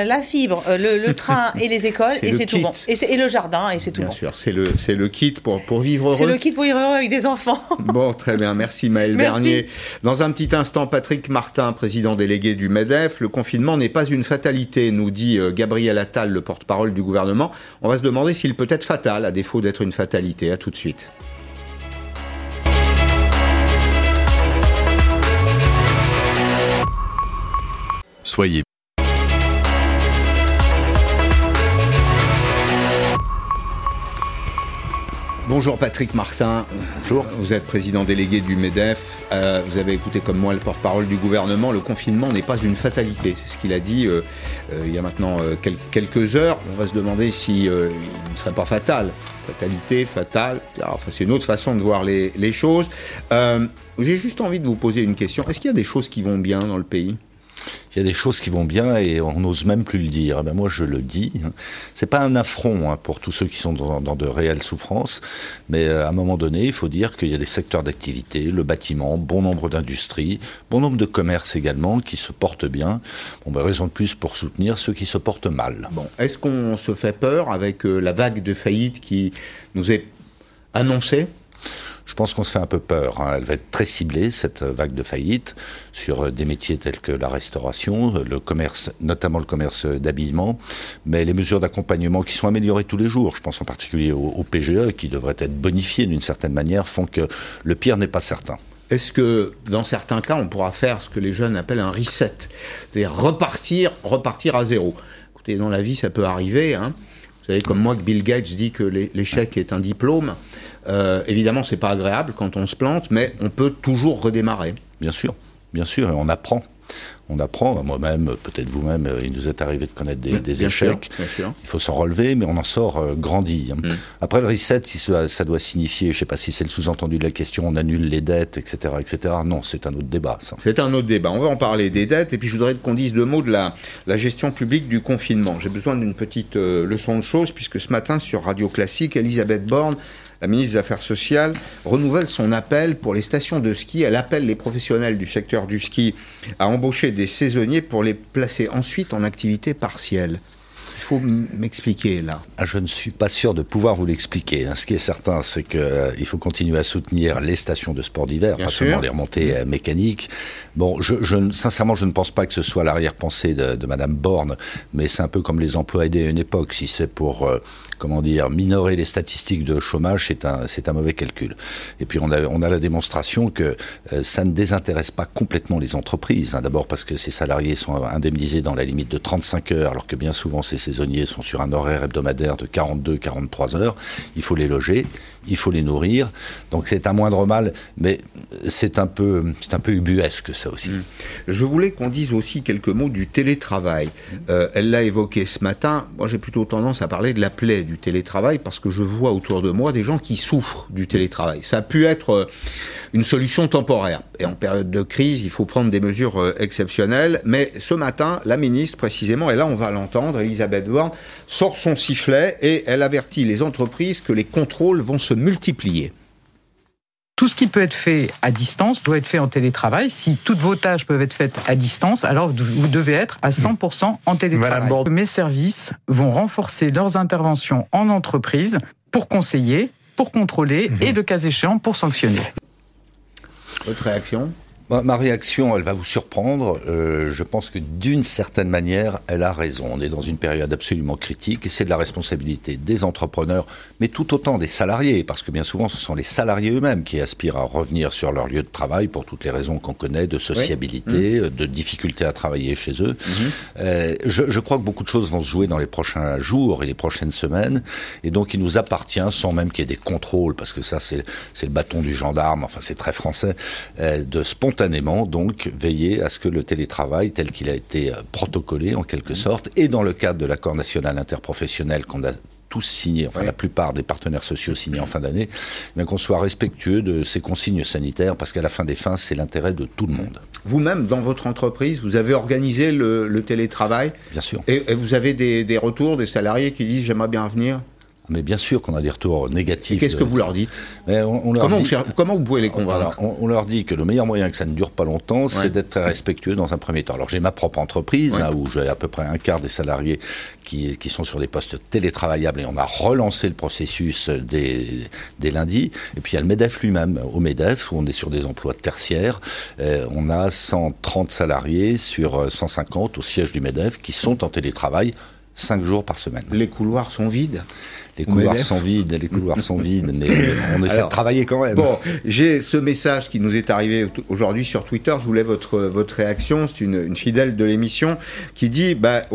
le train et les écoles, et c'est tout bon. Et le jardin, et c'est tout bon. Bien sûr, c'est le kit pour vivre heureux. C'est le kit pour vivre heureux avec des enfants. Bon, très bien, merci Maëlle Bernier. Dans un petit instant, Patrick Martin, président délégué du MEDEF. Le confinement n'est pas une fatalité, nous dit Gabriel Attal, le porte-parole du gouvernement. On va se demander s'il peut être fatal, à défaut d'être une fatalité. À tout de suite. Soyez Bonjour Patrick Martin. Bonjour. Vous êtes président délégué du MEDEF. Vous avez écouté comme moi le porte-parole du gouvernement. Le confinement n'est pas une fatalité. C'est ce qu'il a dit il y a maintenant quelques heures. On va se demander si il ne serait pas fatal. Fatalité, fatale. Enfin, c'est une autre façon de voir les choses. J'ai juste envie de vous poser une question. Est-ce qu'il y a des choses qui vont bien dans le pays ? Il y a des choses qui vont bien et on n'ose même plus le dire. Ben moi, je le dis. C'est pas un affront pour tous ceux qui sont dans de réelles souffrances, mais à un moment donné, il faut dire qu'il y a des secteurs d'activité, le bâtiment, bon nombre d'industries, bon nombre de commerces également qui se portent bien. Bon, ben, raison de plus pour soutenir ceux qui se portent mal. Bon, est-ce qu'on se fait peur avec la vague de faillite qui nous est annoncée ? Je pense qu'on se fait un peu peur. Elle va être très ciblée, cette vague de faillite, sur des métiers tels que la restauration, le commerce, notamment le commerce d'habillement, mais les mesures d'accompagnement qui sont améliorées tous les jours, je pense en particulier au PGE, qui devraient être bonifiées d'une certaine manière, font que le pire n'est pas certain. Est-ce que, dans certains cas, on pourra faire ce que les jeunes appellent un reset, c'est-à-dire repartir à zéro ? Écoutez, dans la vie, ça peut arriver, hein. Vous savez, comme moi, que Bill Gates dit que l'échec est un diplôme. Évidemment, c'est pas agréable quand on se plante, mais on peut toujours redémarrer. Bien sûr, et on apprend. Moi-même, peut-être vous-même, il nous est arrivé de connaître des échecs. Bien sûr. Il faut s'en relever, mais on en sort grandi. Après, le reset, si ça doit signifier, je ne sais pas si c'est le sous-entendu de la question, on annule les dettes, etc. Non, c'est un autre débat, ça. C'est un autre débat. On va en parler des dettes, et puis je voudrais qu'on dise 2 mots de la gestion publique du confinement. J'ai besoin d'une petite leçon de choses, puisque ce matin, sur Radio Classique, Elisabeth Borne, la ministre des Affaires sociales, renouvelle son appel pour les stations de ski. Elle appelle les professionnels du secteur du ski à embaucher des saisonniers pour les placer ensuite en activité partielle. faut m'expliquer là? Je ne suis pas sûr de pouvoir vous l'expliquer. Ce qui est certain, c'est qu'il faut continuer à soutenir les stations de sport d'hiver, pas seulement les remontées mécaniques. Bon, sincèrement, je ne pense pas que ce soit l'arrière-pensée de Madame Borne, mais c'est un peu comme les emplois aidés à une époque. Si c'est pour, minorer les statistiques de chômage, c'est un mauvais calcul. Et puis on a la démonstration que ça ne désintéresse pas complètement les entreprises. D'abord parce que ces salariés sont indemnisés dans la limite de 35 heures, alors que bien souvent ces saisonniers sont sur un horaire hebdomadaire de 42-43 heures. Il faut les loger, il faut les nourrir. Donc c'est un moindre mal, mais c'est un peu ubuesque ça aussi. Je voulais qu'on dise aussi quelques mots du télétravail. Elle l'a évoqué ce matin. Moi j'ai plutôt tendance à parler de la plaie du télétravail parce que je vois autour de moi des gens qui souffrent du télétravail. Ça a pu être une solution temporaire. Et en période de crise, il faut prendre des mesures exceptionnelles. Mais ce matin, la ministre, précisément, et là on va l'entendre, Elisabeth Borne, sort son sifflet et elle avertit les entreprises que les contrôles vont se multiplier. Tout ce qui peut être fait à distance doit être fait en télétravail. Si toutes vos tâches peuvent être faites à distance, alors vous devez être à 100% en télétravail. Mes services vont renforcer leurs interventions en entreprise pour conseiller, pour contrôler et, le cas échéant, pour sanctionner. Votre réaction ? Ma réaction, elle va vous surprendre. Je pense que d'une certaine manière, elle a raison. On est dans une période absolument critique et c'est de la responsabilité des entrepreneurs, mais tout autant des salariés, parce que bien souvent, ce sont les salariés eux-mêmes qui aspirent à revenir sur leur lieu de travail pour toutes les raisons qu'on connaît, de sociabilité, de difficulté à travailler chez eux. Je crois que beaucoup de choses vont se jouer dans les prochains jours et les prochaines semaines, et donc il nous appartient, sans même qu'il y ait des contrôles, parce que ça c'est le bâton du gendarme, enfin c'est très français, de spontanément donc veiller à ce que le télétravail tel qu'il a été protocolé en quelque sorte, et dans le cadre de l'accord national interprofessionnel qu'on a tous signés, enfin la plupart des partenaires sociaux signés en fin d'année, mais qu'on soit respectueux de ces consignes sanitaires, parce qu'à la fin des fins, c'est l'intérêt de tout le monde. Vous-même, dans votre entreprise, vous avez organisé le télétravail. Bien sûr. Et vous avez des retours des salariés qui disent « j'aimerais bien revenir ». Mais bien sûr qu'on a des retours négatifs. Qu'est-ce que vous leur dites ? Comment vous pouvez les convaincre ? On leur dit que le meilleur moyen que ça ne dure pas longtemps, c'est d'être très respectueux dans un premier temps. Alors j'ai ma propre entreprise, où j'ai à peu près un quart des salariés qui sont sur des postes télétravaillables, et on a relancé le processus dès lundi. Et puis il y a le MEDEF lui-même. Au MEDEF, où on est sur des emplois tertiaires, on a 130 salariés sur 150 au siège du MEDEF qui sont en télétravail 5 jours par semaine. Les couloirs sont vides ? Les couloirs sont vides, mais on essaie de travailler quand même. Bon, j'ai ce message qui nous est arrivé aujourd'hui sur Twitter. Je voulais votre réaction. C'est une fidèle de l'émission qui dit,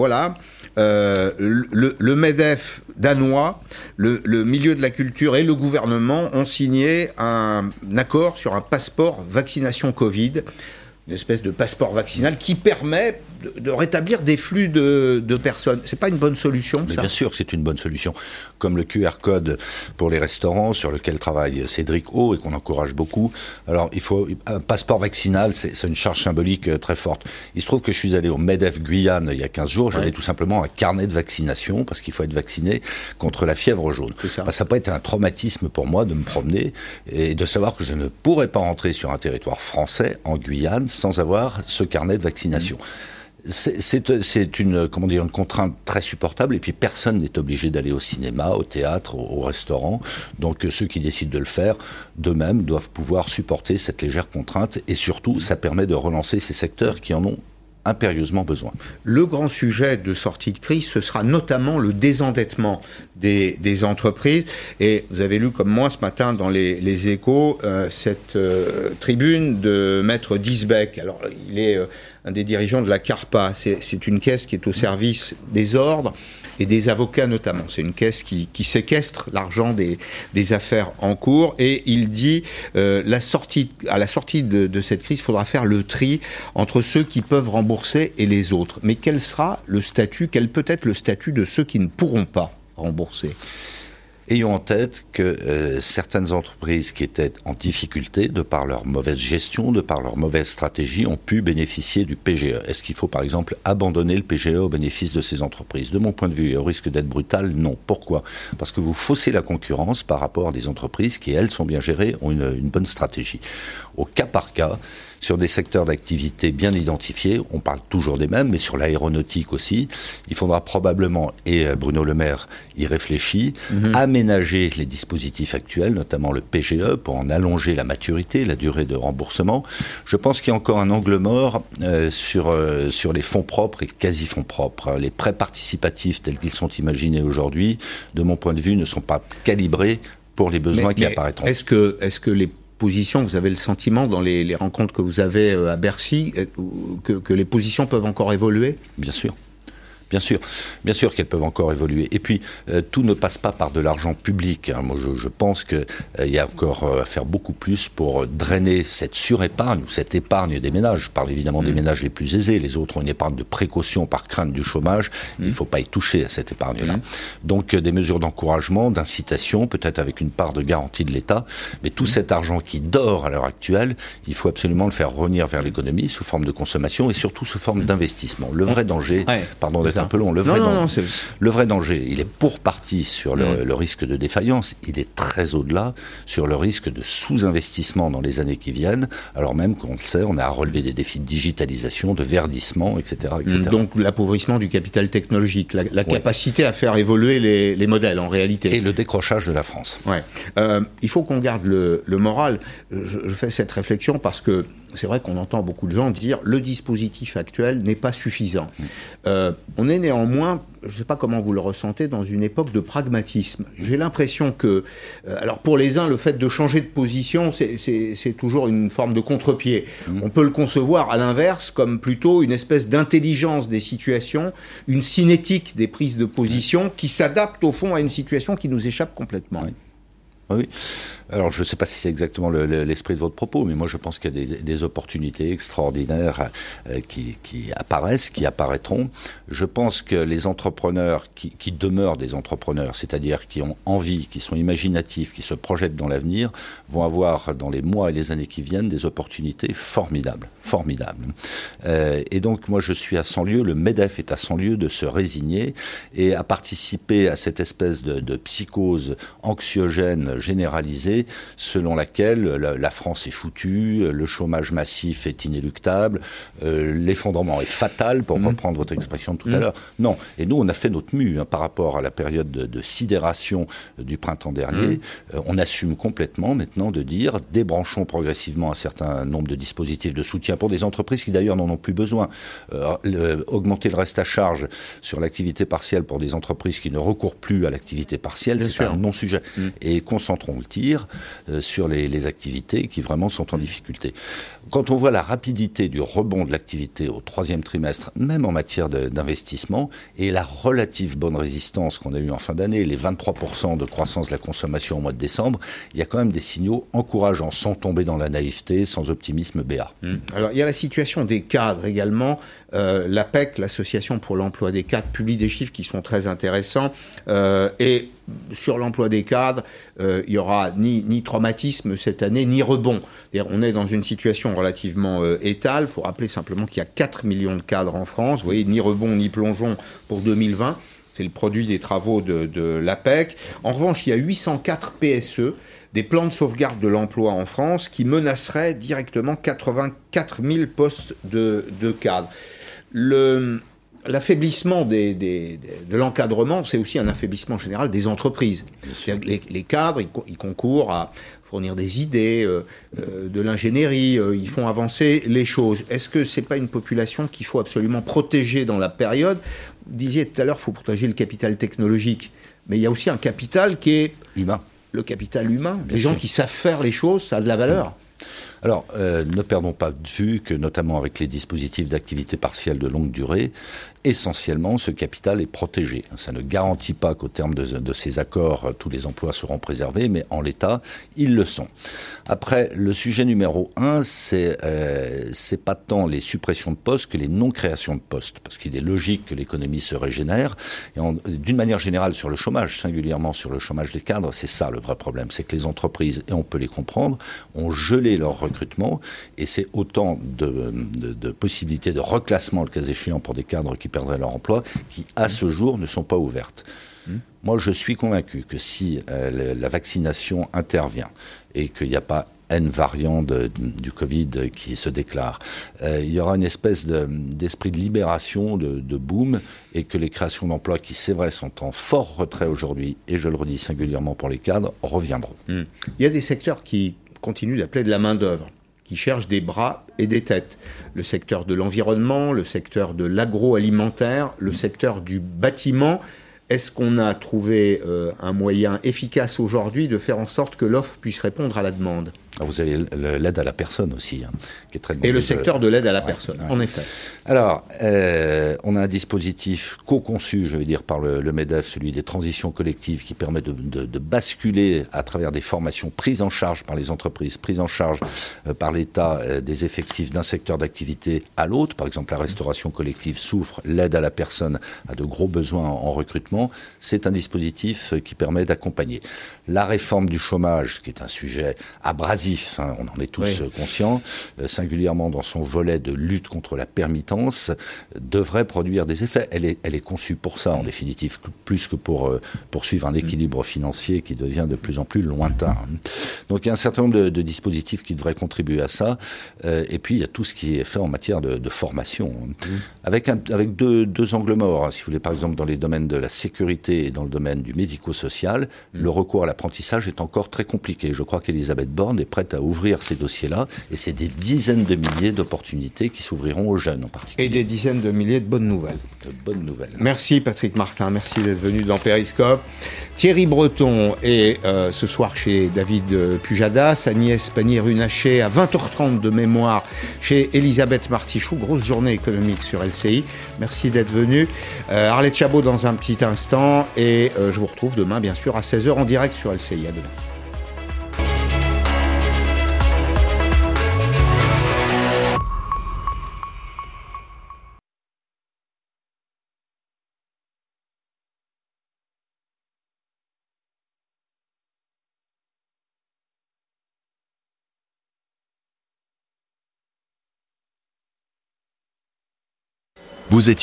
le MEDEF danois, le milieu de la culture et le gouvernement ont signé un accord sur un passeport vaccination Covid. Une espèce de passeport vaccinal qui permet de rétablir des flux de personnes. C'est pas une bonne solution, ça ? Bien sûr que c'est une bonne solution. Comme le QR code pour les restaurants, sur lequel travaille Cédric O et qu'on encourage beaucoup. Alors, il faut un passeport vaccinal, c'est une charge symbolique très forte. Il se trouve que je suis allé au MEDEF Guyane il y a 15 jours. J'avais tout simplement un carnet de vaccination, parce qu'il faut être vacciné contre la fièvre jaune. Ça peut être un traumatisme pour moi de me promener et de savoir que je ne pourrais pas rentrer sur un territoire français, en Guyane, sans avoir ce carnet de vaccination. C'est une contrainte très supportable, et puis personne n'est obligé d'aller au cinéma, au théâtre, au restaurant. Donc ceux qui décident de le faire, d'eux-mêmes, doivent pouvoir supporter cette légère contrainte, et surtout, ça permet de relancer ces secteurs qui en ont impérieusement besoin. Le grand sujet de sortie de crise, ce sera notamment le désendettement des entreprises. Et vous avez lu comme moi ce matin dans les Échos cette tribune de Maître Diesbecq. Alors il est un des dirigeants de la CARPA. C'est une caisse qui est au service des ordres et des avocats notamment. C'est une caisse qui séquestre l'argent des affaires en cours, et il dit à la sortie de cette crise, il faudra faire le tri entre ceux qui peuvent rembourser et les autres. Mais quel peut être le statut de ceux qui ne pourront pas rembourser ? Ayons en tête que certaines entreprises qui étaient en difficulté, de par leur mauvaise gestion, de par leur mauvaise stratégie, ont pu bénéficier du PGE. Est-ce qu'il faut par exemple abandonner le PGE au bénéfice de ces entreprises ? De mon point de vue, et au risque d'être brutal, non. Pourquoi ? Parce que vous faussez la concurrence par rapport à des entreprises qui, elles, sont bien gérées, ont une bonne stratégie. Au cas par cas, sur des secteurs d'activité bien identifiés. On parle toujours des mêmes, mais sur l'aéronautique aussi. Il faudra probablement, et Bruno Le Maire y réfléchit, aménager les dispositifs actuels, notamment le PGE, pour en allonger la maturité, la durée de remboursement. Je pense qu'il y a encore un angle mort sur les fonds propres et quasi-fonds propres. Les prêts participatifs tels qu'ils sont imaginés aujourd'hui, de mon point de vue, ne sont pas calibrés pour les besoins qui apparaîtront. Est-ce que les positions, vous avez le sentiment dans les rencontres que vous avez à Bercy, que les positions peuvent encore évoluer ? Bien sûr. Bien sûr qu'elles peuvent encore évoluer. Et puis, tout ne passe pas par de l'argent public. Moi, je pense qu'il y a encore à faire beaucoup plus pour drainer cette surépargne ou cette épargne des ménages. Je parle évidemment des ménages les plus aisés. Les autres ont une épargne de précaution par crainte du chômage. Il ne faut pas y toucher à cette épargne-là. Donc, des mesures d'encouragement, d'incitation, peut-être avec une part de garantie de l'État. Mais tout cet argent qui dort à l'heure actuelle, il faut absolument le faire revenir vers l'économie sous forme de consommation et surtout sous forme d'investissement. Le vrai danger, pardon d'être un peu long, le vrai danger, il est pour partie sur le risque de défaillance, il est très au-delà sur le risque de sous-investissement dans les années qui viennent, alors même qu'on le sait, on a à relever des défis de digitalisation, de verdissement, etc. Donc l'appauvrissement du capital technologique, la capacité à faire évoluer les modèles en réalité. Et le décrochage de la France. Il faut qu'on garde le moral. Je fais cette réflexion parce que c'est vrai qu'on entend beaucoup de gens dire le dispositif actuel n'est pas suffisant. On est néanmoins, je ne sais pas comment vous le ressentez, dans une époque de pragmatisme. J'ai l'impression que, alors pour les uns, le fait de changer de position, c'est toujours une forme de contre-pied. On peut le concevoir à l'inverse comme plutôt une espèce d'intelligence des situations, une cinétique des prises de position qui s'adapte au fond à une situation qui nous échappe complètement. Oui. Alors, je ne sais pas si c'est exactement l'esprit de votre propos, mais moi, je pense qu'il y a des opportunités extraordinaires qui apparaissent, qui apparaîtront. Je pense que les entrepreneurs qui demeurent des entrepreneurs, c'est-à-dire qui ont envie, qui sont imaginatifs, qui se projettent dans l'avenir, vont avoir, dans les mois et les années qui viennent, des opportunités formidables. Et donc, moi, je suis à 100 lieues, le MEDEF est à 100 lieues de se résigner et à participer à cette espèce de psychose anxiogène généralisée selon laquelle la France est foutue, le chômage massif est inéluctable, l'effondrement est fatal, pour reprendre votre expression de tout à l'heure. Non. Et nous, on a fait notre mue par rapport à la période de sidération du printemps dernier. On assume complètement maintenant de dire débranchons progressivement un certain nombre de dispositifs de soutien pour des entreprises qui d'ailleurs n'en ont plus besoin. Augmenter le reste à charge sur l'activité partielle pour des entreprises qui ne recourent plus à l'activité partielle, c'est un non-sujet. Et concentrons le tir sur les activités qui vraiment sont en difficulté. Quand on voit la rapidité du rebond de l'activité au 3e trimestre, même en matière d'investissement, et la relative bonne résistance qu'on a eue en fin d'année, les 23% de croissance de la consommation au mois de décembre, il y a quand même des signaux encourageants, sans tomber dans la naïveté, sans optimisme béat. Alors, il y a la situation des cadres également. L'APEC, l'Association pour l'emploi des cadres, publie des chiffres qui sont très intéressants. Et sur l'emploi des cadres, il n'y aura ni traumatisme cette année, ni rebond. On est dans une situation relativement étale. Il faut rappeler simplement qu'il y a 4 millions de cadres en France. Vous voyez, ni rebond ni plongeon pour 2020. C'est le produit des travaux de l'APEC. En revanche, il y a 804 PSE, des plans de sauvegarde de l'emploi en France, qui menaceraient directement 84 000 postes de cadres. L'affaiblissement de l'encadrement, c'est aussi un affaiblissement général des entreprises. Les cadres, ils concourent à fournir des idées, de l'ingénierie, ils font avancer les choses. Est-ce que c'est pas une population qu'il faut absolument protéger dans la période ? Vous disiez tout à l'heure, il faut protéger le capital technologique, mais il y a aussi un capital qui est humain. Le capital humain. Les gens qui savent faire les choses, ça a de la valeur. Alors, ne perdons pas de vue que, notamment avec les dispositifs d'activité partielle de longue durée, essentiellement, ce capital est protégé. Ça ne garantit pas qu'au terme de ces accords, tous les emplois seront préservés, mais en l'état, ils le sont. Après, le sujet numéro 1, c'est pas tant les suppressions de postes que les non-créations de postes, parce qu'il est logique que l'économie se régénère. Et d'une manière générale, sur le chômage, singulièrement sur le chômage des cadres, c'est ça le vrai problème. C'est que les entreprises, et on peut les comprendre, ont gelé leur recrutement, et c'est autant de possibilités de reclassement, le cas échéant, pour des cadres qui perdraient leur emploi, qui, à ce jour, ne sont pas ouvertes. Moi, je suis convaincu que si la vaccination intervient et qu'il n'y a pas N variant du Covid qui se déclare. Il y aura une espèce d'esprit de libération, de boom, et que les créations d'emplois qui, c'est vrai, sont en fort retrait aujourd'hui, et je le redis singulièrement pour les cadres, reviendront. Il y a des secteurs qui continuent d'appeler de la main-d'œuvre, qui cherchent des bras et des têtes. Le secteur de l'environnement, le secteur de l'agroalimentaire, le secteur du bâtiment. Est-ce qu'on a trouvé un moyen efficace aujourd'hui de faire en sorte que l'offre puisse répondre à la demande ? Vous avez l'aide à la personne aussi, qui est très Et le secteur de l'aide à la personne, en effet. Alors, on a un dispositif co-conçu, je vais dire, par le MEDEF, celui des transitions collectives, qui permet de basculer à travers des formations prises en charge par les entreprises, prises en charge par l'État des effectifs d'un secteur d'activité à l'autre. Par exemple, la restauration collective souffre, l'aide à la personne a de gros besoins en recrutement. C'est un dispositif qui permet d'accompagner. La réforme du chômage, qui est un sujet abrasif, on en est tous conscients, singulièrement dans son volet de lutte contre la permittence, devrait produire des effets. Elle est conçue pour ça, en définitive, plus que pour poursuivre un équilibre financier qui devient de plus en plus lointain. Donc il y a un certain nombre de dispositifs qui devraient contribuer à ça. Et puis il y a tout ce qui est fait en matière de formation, avec deux angles morts. Si vous voulez, par exemple, dans les domaines de la sécurité et dans le domaine du médico-social, le recours à l'apprentissage est encore très compliqué. Je crois qu'Elisabeth Borne est prête à ouvrir ces dossiers-là, et c'est des dizaines de milliers d'opportunités qui s'ouvriront aux jeunes en particulier. Et des dizaines de milliers de bonnes nouvelles. Merci Patrick Martin, merci d'être venu dans Périscope. Thierry Breton est ce soir chez David Pujadas, Agnès Pannier-Runacher à 20h30 de mémoire chez Elisabeth Martichoux. Grosse journée économique sur LCI. Merci d'être venu. Arlette Chabot dans un petit instant, et je vous retrouve demain bien sûr à 16h en direct sur LCI. À demain. Vous étiez